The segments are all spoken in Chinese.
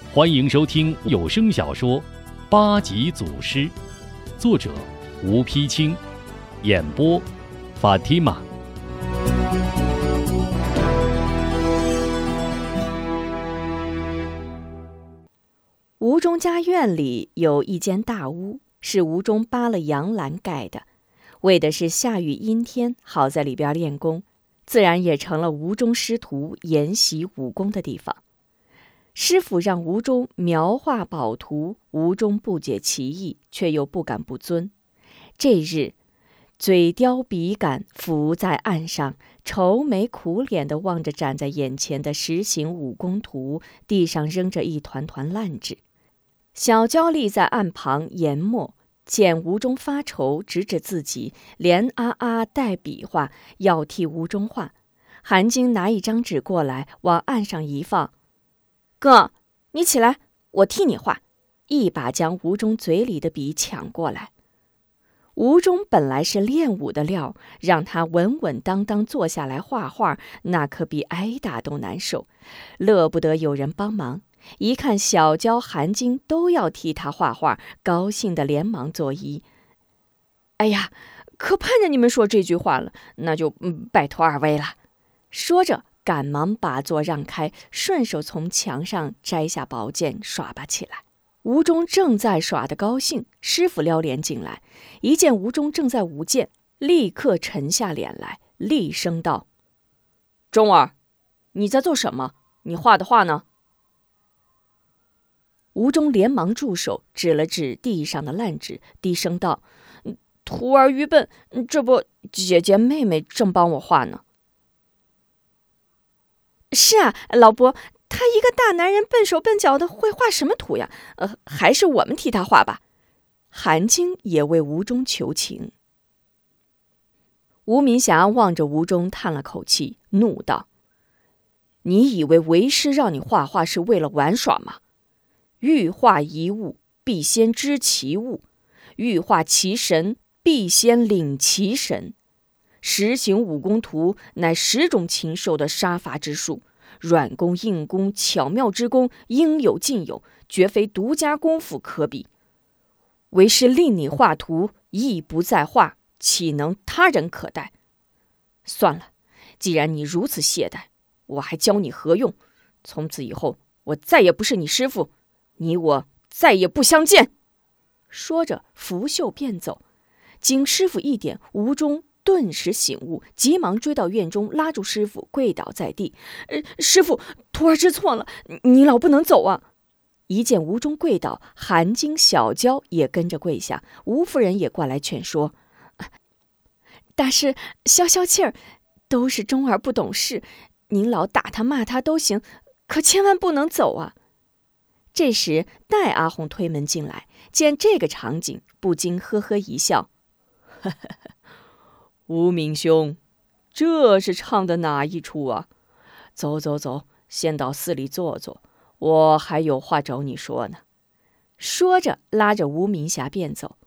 欢迎收听有声小说《八级祖师》，作者吴丕清，演播法蒂玛。 吴中家院里有一间大屋，是吴中扒了杨栏盖的，为的是下雨阴天好在里边练功，自然也成了吴中师徒研习武功的地方。师傅让吴中描画宝图，吴中不解其意，却又不敢不遵。这日，嘴刁笔杆，伏在岸上，愁眉苦脸地望着展在眼前的实行武功图，地上扔着一团团烂纸。小娇立在岸旁研墨，见吴中发愁，指指自己，连带比划，要替吴中画。韩晶拿一张纸过来，往岸上一放，哥，你起来，我替你画，一把将吴中嘴里的笔抢过来。吴中本来是练武的料，让他稳稳当当坐下来画画，那可比挨打都难受，乐不得有人帮忙。一看小娇、韩晶都要替他画画，高兴的连忙作揖。哎呀，可盼着你们说这句话了，那就拜托二位了。说着赶忙把座让开，顺手从墙上摘下宝剑耍拔起来。吴中正在耍得高兴，师傅撩脸进来，一见吴中正在舞剑，立刻沉下脸来，厉声道：中儿，你在做什么？你画的画呢？吴中连忙住手，指了指地上的烂纸，低声道：徒儿愚笨，这不姐姐妹妹正帮我画呢。是啊，老伯，他一个大男人笨手笨脚的，会画什么图呀？还是我们替他画吧。韩晶也为吴中求情。吴明霞望着吴中叹了口气，怒道：你以为为师让你画画是为了玩耍吗？欲画一物，必先知其物；欲画其神，必先领其神。实行武功图乃10种禽兽的杀伐之术，软功、硬功、巧妙之功，应有尽有，绝非独家功夫可比。为师令你画图，意不在画，岂能他人可待？算了，既然你如此懈怠，我还教你何用？从此以后，我再也不是你师傅，你我再也不相见。说着拂袖便走。经师傅一点，吴中顿时醒悟，急忙追到院中，拉住师傅，跪倒在地。师傅，徒儿知错了，你老不能走啊！一见吴中跪倒，韩晶、小娇也跟着跪下，吴夫人也过来劝说：大师，消消气儿，都是中儿不懂事，您老打他骂他都行，可千万不能走啊！这时戴阿红推门进来，见这个场景，不禁呵呵一笑：吴明兄，这是唱的哪一出啊？走走走，先到寺里坐坐，我还有话找你说呢。说着拉着吴明霞便走。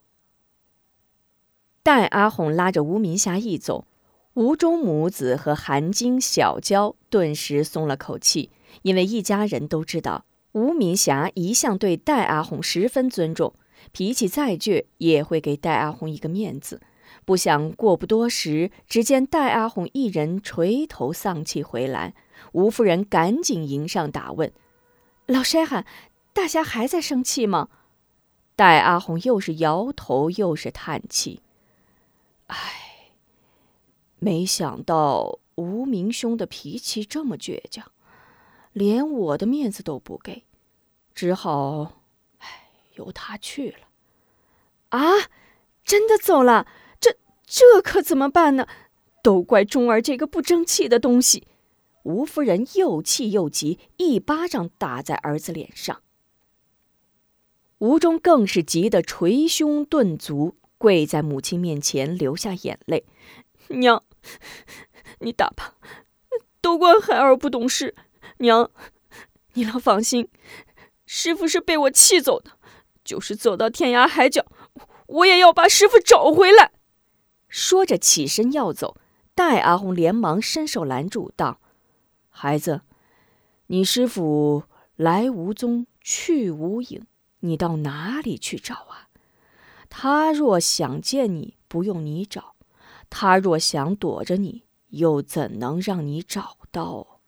戴阿红拉着吴明霞一走，吴中母子和韩晶、小娇顿时松了口气，因为一家人都知道吴明霞一向对戴阿红十分尊重，脾气再倔也会给戴阿红一个面子。不想过不多时，只见戴阿红一人垂头丧气回来，吴夫人赶紧迎上打问：老筛罕，大侠还在生气吗？戴阿红又是摇头又是叹气：唉，没想到吴明兄的脾气这么倔强，连我的面子都不给，只好由他去了。啊，真的走了？这可怎么办呢？都怪中儿这个不争气的东西！吴夫人又气又急，一巴掌打在儿子脸上。吴中更是急得捶胸顿足，跪在母亲面前流下眼泪：娘，你打吧，都怪孩儿不懂事。娘，你老放心，师傅是被我气走的，就是走到天涯海角，我也要把师傅找回来。说着起身要走，戴阿红连忙伸手拦住，道：孩子，你师傅来无踪，去无影，你到哪里去找啊？他若想见你，不用你找；他若想躲着你，又怎能让你找到？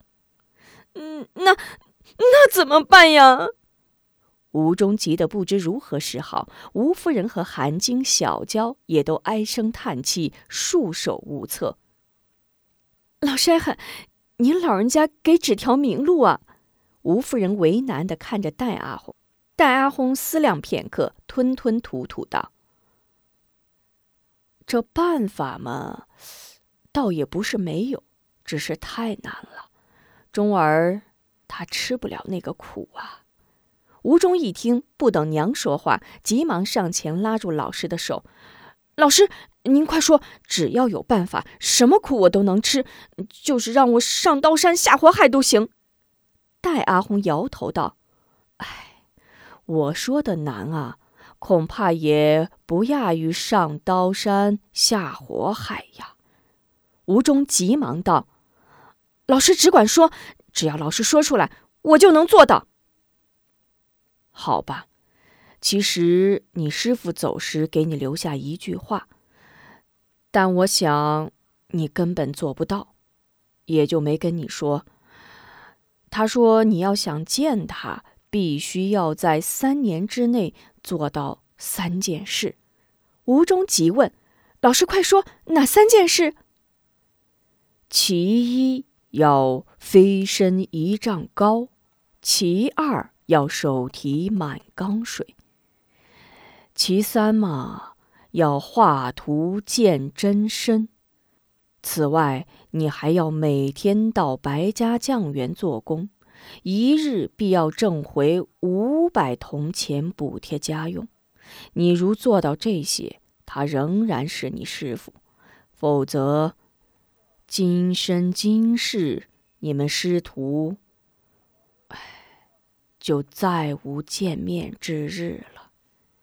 那怎么办呀？吴中急得不知如何是好，吴夫人和韩晶、小娇也都唉声叹气，束手无策。老筛汉，您老人家给指条明路啊！吴夫人为难地看着戴阿红。戴阿红思量片刻，吞吞吐吐道：“这办法嘛，倒也不是没有，只是太难了。钟儿他吃不了那个苦啊。”吴中一听，不等娘说话，急忙上前拉住老师的手：“老师，您快说，只要有办法，什么苦我都能吃，就是让我上刀山下火海都行。”戴阿红摇头道：“哎，我说的难啊，恐怕也不亚于上刀山下火海呀。”吴中急忙道：“老师只管说，只要老师说出来，我就能做到。”好吧，其实你师父走时给你留下一句话，但我想你根本做不到，也就没跟你说。他说你要想见他，必须要在3年之内做到3件事。吴中急问：“老师快说，哪3件事？”其一要飞身1丈高，其二要手提满缸水，其三嘛，要画图见真身。此外，你还要每天到白家酱园做工，1日必要挣回500铜钱补贴家用。你如做到这些，他仍然是你师父；否则，今生今世，你们师徒就再无见面之日了。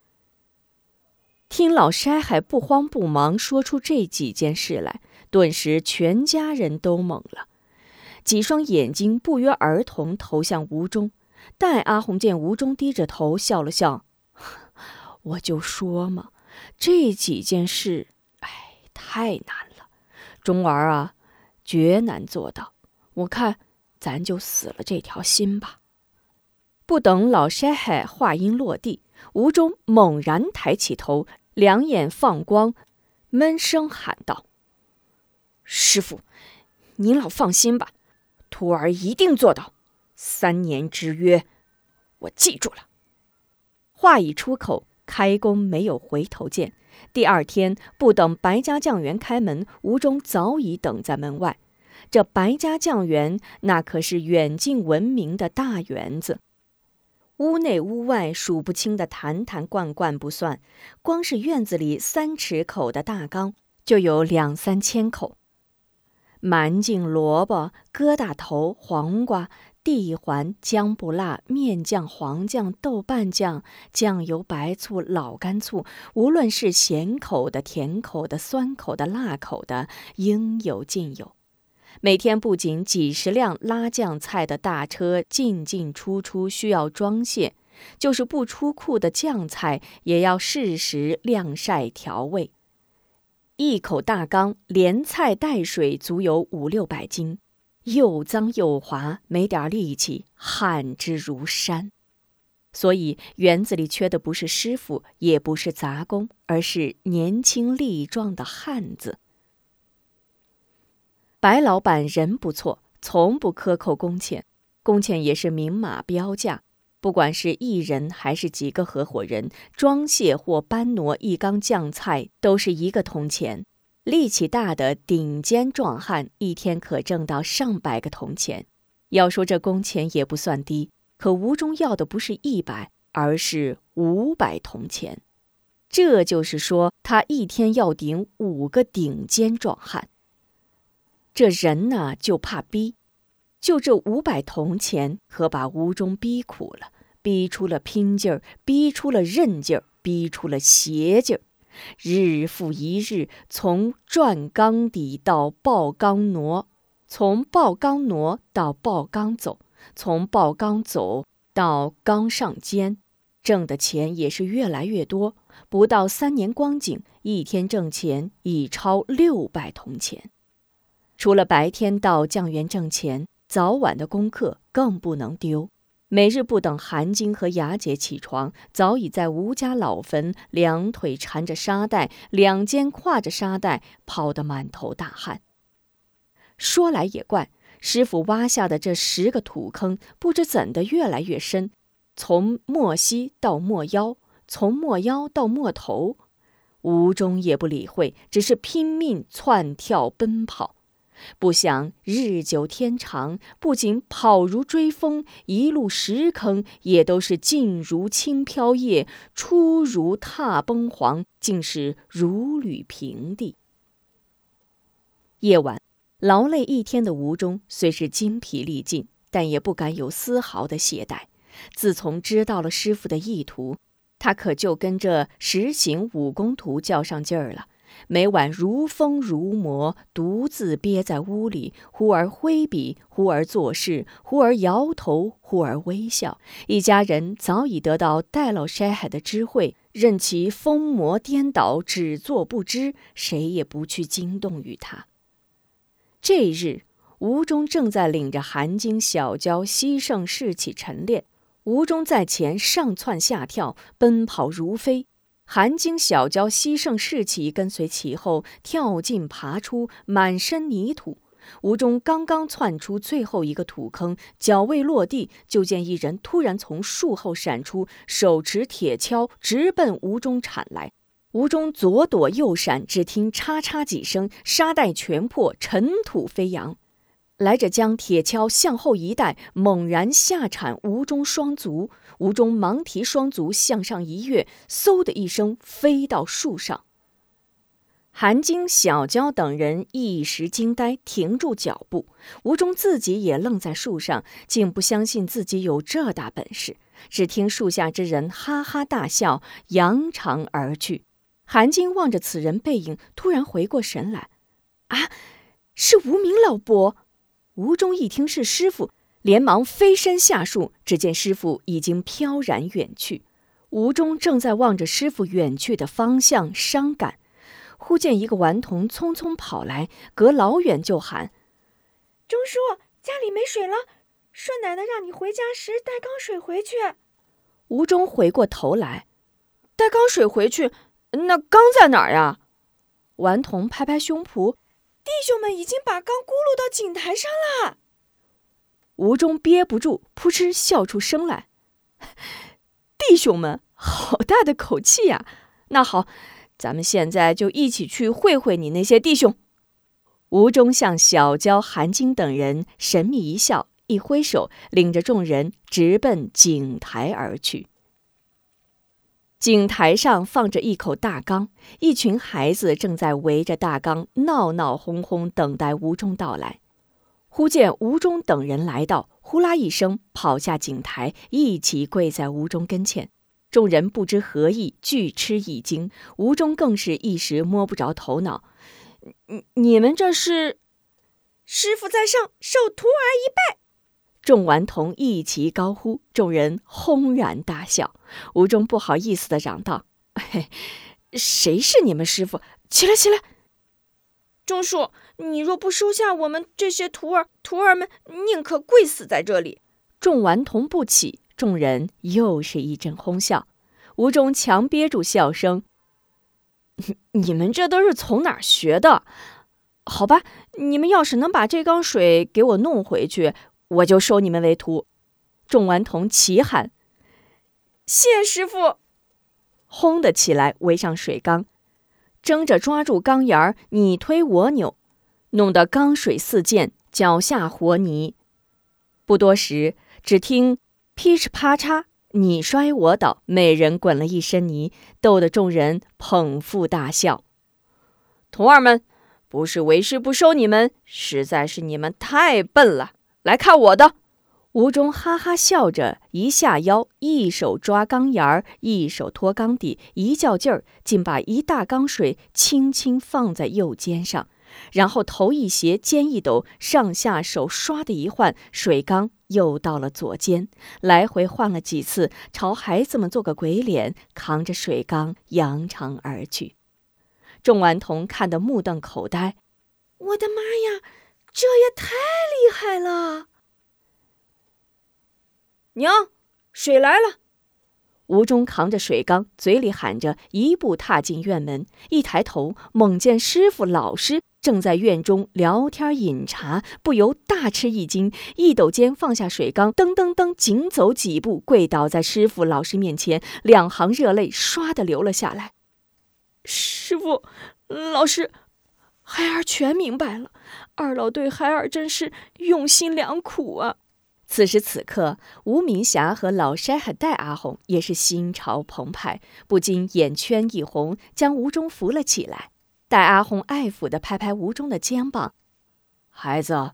听老筛海不慌不忙说出这几件事来，顿时全家人都懵了，几双眼睛不约而同投向吴中。戴阿红见吴中低着头笑了笑：“我就说嘛，这几件事，太难了，钟儿啊，绝难做到。我看咱就死了这条心吧。”不等老筛海话音落地，吴中猛然抬起头，两眼放光，闷声喊道：“师父，您老放心吧，徒儿一定做到。3年之约，我记住了。”话一出口，开弓没有回头箭。第2天，不等白家酱园开门，吴中早已等在门外。这白家酱园，那可是远近闻名的大园子。屋内屋外数不清的坛坛罐罐不算，光是院子里3尺口的大缸就有2、3千口。蛮劲萝卜、疙瘩头、黄瓜、地环、姜不辣、面酱、黄酱、豆瓣酱、酱油、白醋、老干醋，无论是咸口的、甜口的、酸口的、辣口的，应有尽有。每天不仅几十辆拉酱菜的大车进进出出需要装卸，就是不出库的酱菜也要适时晾晒调味。一口大缸连菜带水足有5、600斤，又脏又滑，没点力气，汗之如山。所以园子里缺的不是师傅，也不是杂工，而是年轻力壮的汉子。白老板人不错，从不克扣工钱，工钱也是明码标价。不管是1人还是几个合伙人，装卸或搬挪1缸酱菜都是1个铜钱。力气大的顶尖壮汉一天可挣到上百个铜钱。要说这工钱也不算低，可吴中要的不是100，而是500铜钱。这就是说，他一天要顶5个顶尖壮汉。这人呢，就怕逼，就这500铜钱，可把吴中逼苦了，逼出了拼劲儿，逼出了韧劲儿，逼出了邪劲儿。日复一日，从转缸底到抱缸挪，从抱缸挪到抱缸走，从抱缸走到缸上尖，挣的钱也是越来越多，不到3年光景，一天挣钱已超600铜钱。除了白天到酱园挣钱，早晚的功课更不能丢。每日不等韩晶和雅姐起床，早已在吴家老坟两腿缠着沙袋，两肩挎着沙袋，跑得满头大汗。说来也怪，师傅挖下的这10个土坑，不知怎的越来越深，从没膝到没腰，从没腰到没头。吴中也不理会，只是拼命窜跳奔跑。不想日久天长，不仅跑如追风，一路石坑也都是进如轻飘叶，出如踏崩黄，竟是如履平地。夜晚，劳累一天的吴中虽是精疲力尽，但也不敢有丝毫的懈怠。自从知道了师傅的意图，他可就跟这实行武功图较上劲儿了。每晚如疯如魔，独自憋在屋里，忽而挥笔，忽而作事，忽而摇头，忽而微笑。一家人早已得到戴老筛海的知会，任其疯魔颠倒，只做不知，谁也不去惊动于他。这日，吴中正在领着韩晶、小娇、西盛士气晨练。吴中在前上窜下跳，奔跑如飞。韩晶、小娇、西盛士气跟随其后，跳进爬出，满身泥土。吴中刚刚窜出最后一个土坑，脚未落地，就见一人突然从树后闪出，手持铁锹，直奔吴中铲来。吴中左躲右闪，只听嚓嚓几声，沙袋全破，尘土飞扬。来者将铁锹向后一带，猛然下铲吴中双足。吴中忙提双足向上一跃，嗖的一声飞到树上。韩晶、小娇等人一时惊呆，停住脚步。吴中自己也愣在树上，竟不相信自己有这大本事。只听树下之人哈哈大笑，扬长而去。韩晶望着此人背影，突然回过神来，啊，是吴明老伯！吴中一听是师傅，连忙飞身下树，只见师傅已经飘然远去。吴中正在望着师傅远去的方向伤感，忽见一个顽童匆匆跑来，隔老远就喊：“ 钟叔，家里没水了，顺奶奶让你回家时带缸水回去。” 吴中回过头来，带缸水回去，那缸在哪儿呀？顽童拍拍胸脯， 弟兄们已经把缸咕噜到井台上了。 吴中憋不住，扑哧笑出声来。弟兄们，好大的口气呀！那好，咱们现在就一起去会会你那些弟兄。吴中向小娇、韩晶等人神秘一笑，一挥手，领着众人直奔井台而去。井台上放着一口大缸，一群孩子正在围着大缸闹闹哄哄，等待吴中到来。忽见吴中等人来到，呼啦一声跑下井台，一起跪在吴中跟前。众人不知何意，俱吃一惊。吴中更是一时摸不着头脑。你们这是？ 师傅在上，受徒儿一拜。 众顽童一齐高呼，众人轰然大笑。吴中不好意思地嚷道：“嘿，谁是你们师傅？起来，起来！ 钟叔，你若不收下我们这些徒儿们宁可跪死在这里。” 众顽童不起，众人又是一阵哄笑。吴中强憋住笑声：“你们这都是从哪儿学的？好吧，你们要是能把这缸水给我弄回去，我就收你们为徒。”众顽童齐喊：“ 谢师傅！” 轰的起来，围上水缸，争着抓住缸沿儿，你推我扭，弄得缸水四溅，脚下和泥。不多时，只听噼哧啪嚓，你摔我倒，每人滚了一身泥，逗得众人捧腹大笑。徒儿们，不是为师不收你们，实在是你们太笨了。来看我的！吴中哈哈笑着，一下腰，一手抓缸沿儿，一手托缸底，一较劲儿，竟把一大缸水轻轻放在右肩上，然后头一斜，肩一抖，上下手唰的一换，水缸又到了左肩，来回换了几次，朝孩子们做个鬼脸，扛着水缸扬长而去。众顽童看得目瞪口呆， 我的妈呀，这也太厉害了！娘，水来了！ 吴忠扛着水缸，嘴里喊着，一步踏进院门，一抬头，猛见师傅老师正在院中聊天饮茶，不由大吃一惊，一抖肩放下水缸，噔噔噔紧走几步，跪倒在师傅老师面前，两行热泪唰地流了下来。 师傅，老师，孩儿全明白了，二老对孩儿真是用心良苦啊。 此时此刻，吴明霞和老筛和戴阿红也是心潮澎湃，不禁眼圈一红，将吴忠扶了起来。戴阿红爱抚地拍拍吴忠的肩膀：“孩子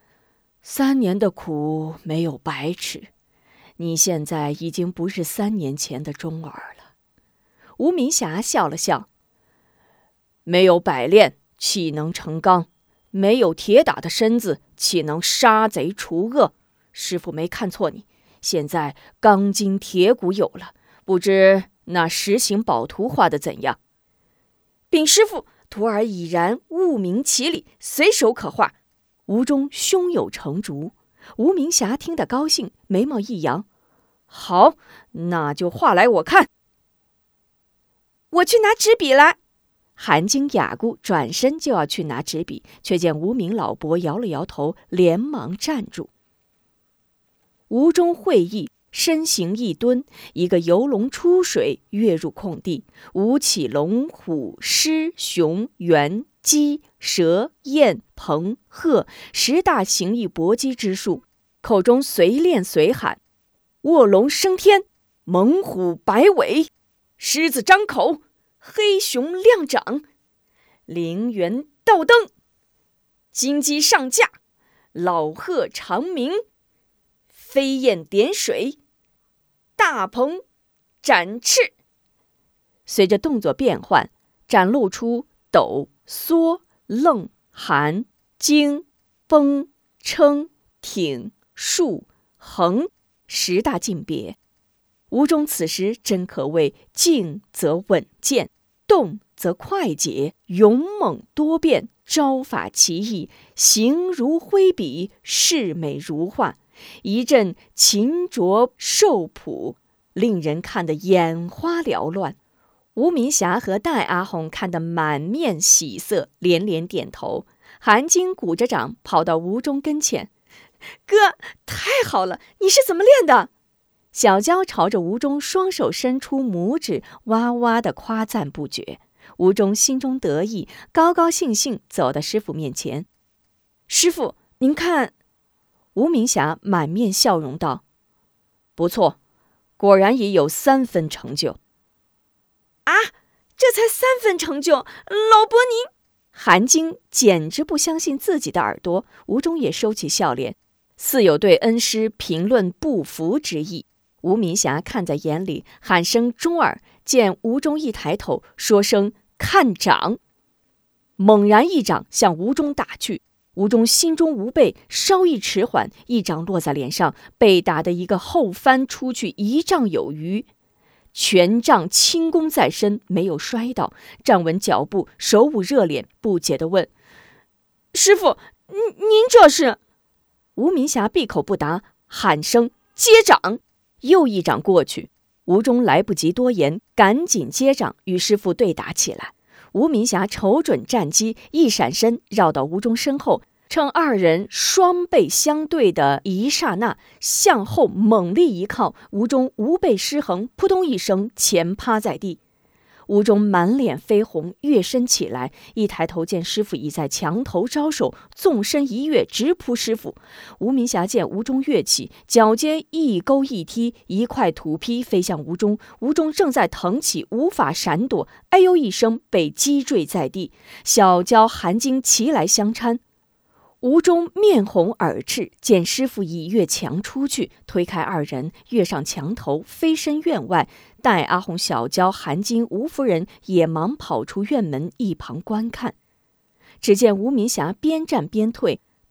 ，3年的苦没有白吃，你现在已经不是3年前的忠儿了。”吴明霞笑了笑：“没有百炼，岂能成钢？没有铁打的身子，岂能杀贼除恶？师傅没看错你，现在钢筋铁骨有了，不知那实行宝图画的怎样？”“ 禀师傅，徒儿已然悟明其理，随手可画。” 吴忠胸有成竹。吴明霞听得高兴，眉毛一扬：“好，那就画来我看。”“ 我去拿纸笔来。” 韩晶雅姑转身就要去拿纸笔，却见吴明老伯摇了摇头，连忙站住。吴忠会意，身形一蹲，一个游龙出水，跃入空地，舞起龙、虎、狮、熊、猿、鸡、蛇、雁、鹏、鹤10大形意搏击之术，口中随练随喊：“卧龙升天，猛虎摆尾，狮子张口，黑熊亮掌，灵猿倒蹬，金鸡上架，老鹤长鸣，飞燕点水，大鹏展翅。”随着动作变换，展露出抖、缩、愣、含、惊、绷、撑、挺、竖、横10大劲别。吴忠此时真可谓静则稳健，动则快捷，勇猛多变，招法奇异，形如挥笔，势美如画，一阵琴琢兽谱，令人看得眼花缭乱。吴明霞和戴阿红看得满面喜色，连连点头。韩晶鼓着掌跑到吴忠跟前：“ 哥，太好了，你是怎么练的？” 小娇朝着吴忠双手伸出拇指，哇哇地夸赞不绝。吴忠心中得意，高高兴兴走到师傅面前：“ 师傅，您看。” 吴明霞满面笑容道：“不错，果然已有3分成就。”“ 啊，这才3分成就，老伯您……” 韩晶简直不相信自己的耳朵。吴忠也收起笑脸，似有对恩师评论不服之意。吴明霞看在眼里，喊声“忠儿”，见吴忠一抬头，说声“看掌”，猛然一掌向吴忠打去。吴忠心中无备，稍一迟缓，一掌落在脸上，被打得一个后翻出去1丈有余。权杖轻功在身，没有摔倒，站稳脚步，手捂热脸，不解地问：“ 师傅，您这是？” 吴明霞闭口不答，喊声“接掌”，又一掌过去。吴忠来不及多言，赶紧接掌，与师傅对打起来。吴明霞瞅准战机，一闪身绕到吴忠身后，趁2人双背相对的一刹那，向后猛力一靠，吴忠无背失衡，扑通一声前趴在地。吴忠满脸绯红，跃身起来，一抬头见师傅已在墙头招手，纵身一跃，直扑师傅。吴明霞见吴忠跃起，脚尖一勾一踢，一块土坯飞向吴忠。吴忠正在腾起，无法闪躲，哎呦一声被击坠在地。小娇韩晶齐来相搀。吴忠面红耳赤，见师傅已越墙出去，推开2人，跃上墙头，飞身院外。戴阿红、小娇、韩晶、吴夫人也忙跑出院门，一旁观看。只见吴明霞边战边退，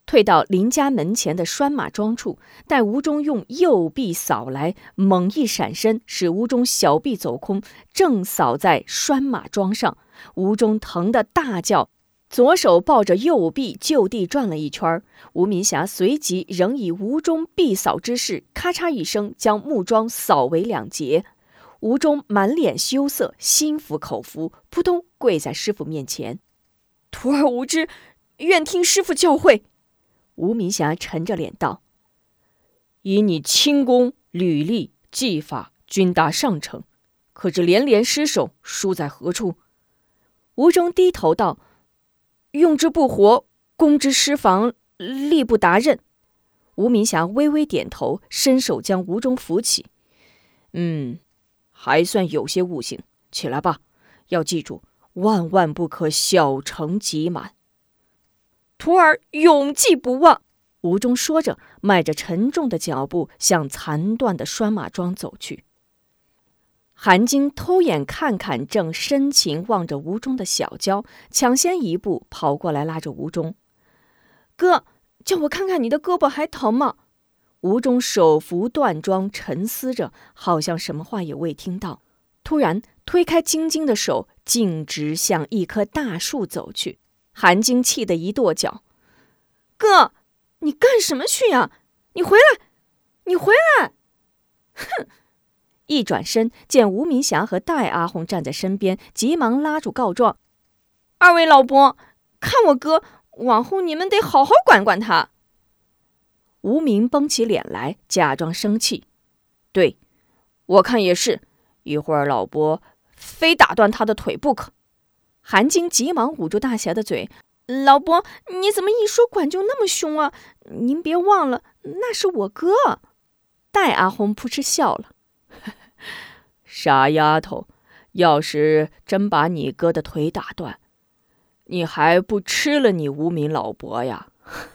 退到林家门前的拴马桩处，待吴中用右臂扫来，猛一闪身，使吴中小臂走空，正扫在拴马桩上。吴中疼得大叫，左手抱着右臂就地转了一圈。吴明霞随即仍以吴中臂扫之势，咔嚓一声将木桩扫为两截。吴中满脸羞涩，心服口服，扑通跪在师傅面前：“ 徒儿无知，愿听师傅教诲。” 吴明霞沉着脸道：“以你轻功、履历、技法均达上乘，可知连连失手，输在何处？”吴中低头道：“用之不活，攻之失防，力不达任。”吴明霞微微点头，伸手将吴中扶起：“还算有些悟性，起来吧。要记住，万万不可小成己满。”“ 徒儿永记不忘。” 吴中说着，迈着沉重的脚步向残断的拴马桩走去。韩晶偷眼看看正深情望着吴中的小娇，抢先一步跑过来拉着吴中：“ 哥，叫我看看你的胳膊还疼吗？” 吴中手扶断桩，沉思着，好像什么话也未听到。突然推开晶晶的手，径直向一棵大树走去。韩晶气得一跺脚：“ 哥，你干什么去呀？你回来！你回来！” 哼！一转身见吴明霞和戴阿红站在身边，急忙拉住告状：“ 二位老伯，看我哥，往后你们得好好管管他。” 吴明绷起脸来，假装生气：“对，我看也是，一会儿老伯非打断他的腿不可。”韩晶急忙捂住大侠的嘴：“ 老伯，你怎么一说管就那么凶啊？您别忘了，那是我哥。” 戴阿红扑哧笑了：“傻丫头，要是真把你哥的腿打断，你还不吃了你吴明老伯呀？”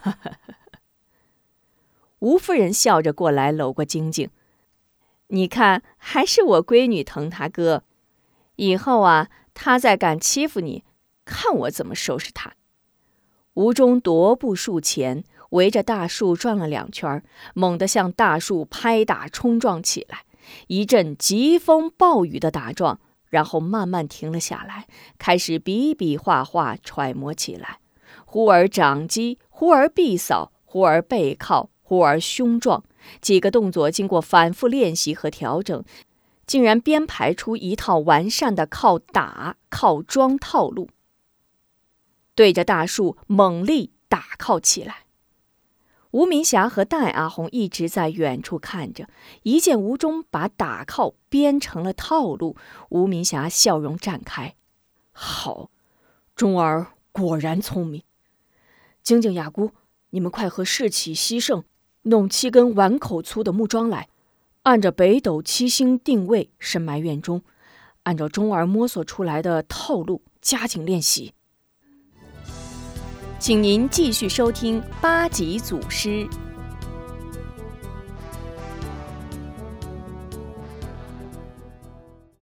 吴夫人笑着过来搂过晶晶：“你看，还是我闺女疼他哥。以后啊，他再敢欺负你，看我怎么收拾他。”吴中踱步树前，围着大树转了2圈，猛地向大树拍打冲撞起来，一阵疾风暴雨的打撞，然后慢慢停了下来，开始比比划划揣摩起来，忽而掌击，忽而臂扫，忽而背靠，忽而胸撞，几个动作经过反复练习和调整，竟然编排出一套完善的靠打靠桩套路，对着大树猛力打靠起来。吴明霞和戴阿红一直在远处看着，一见吴中把打靠编成了套路，吴明霞笑容绽开：“好，中儿果然聪明。晶晶、雅姑，你们快和士气西盛弄7根碗口粗的木桩来，按着北斗7星定位深埋院中，按照中儿摸索出来的套路加紧练习。”请您继续收听8集祖师。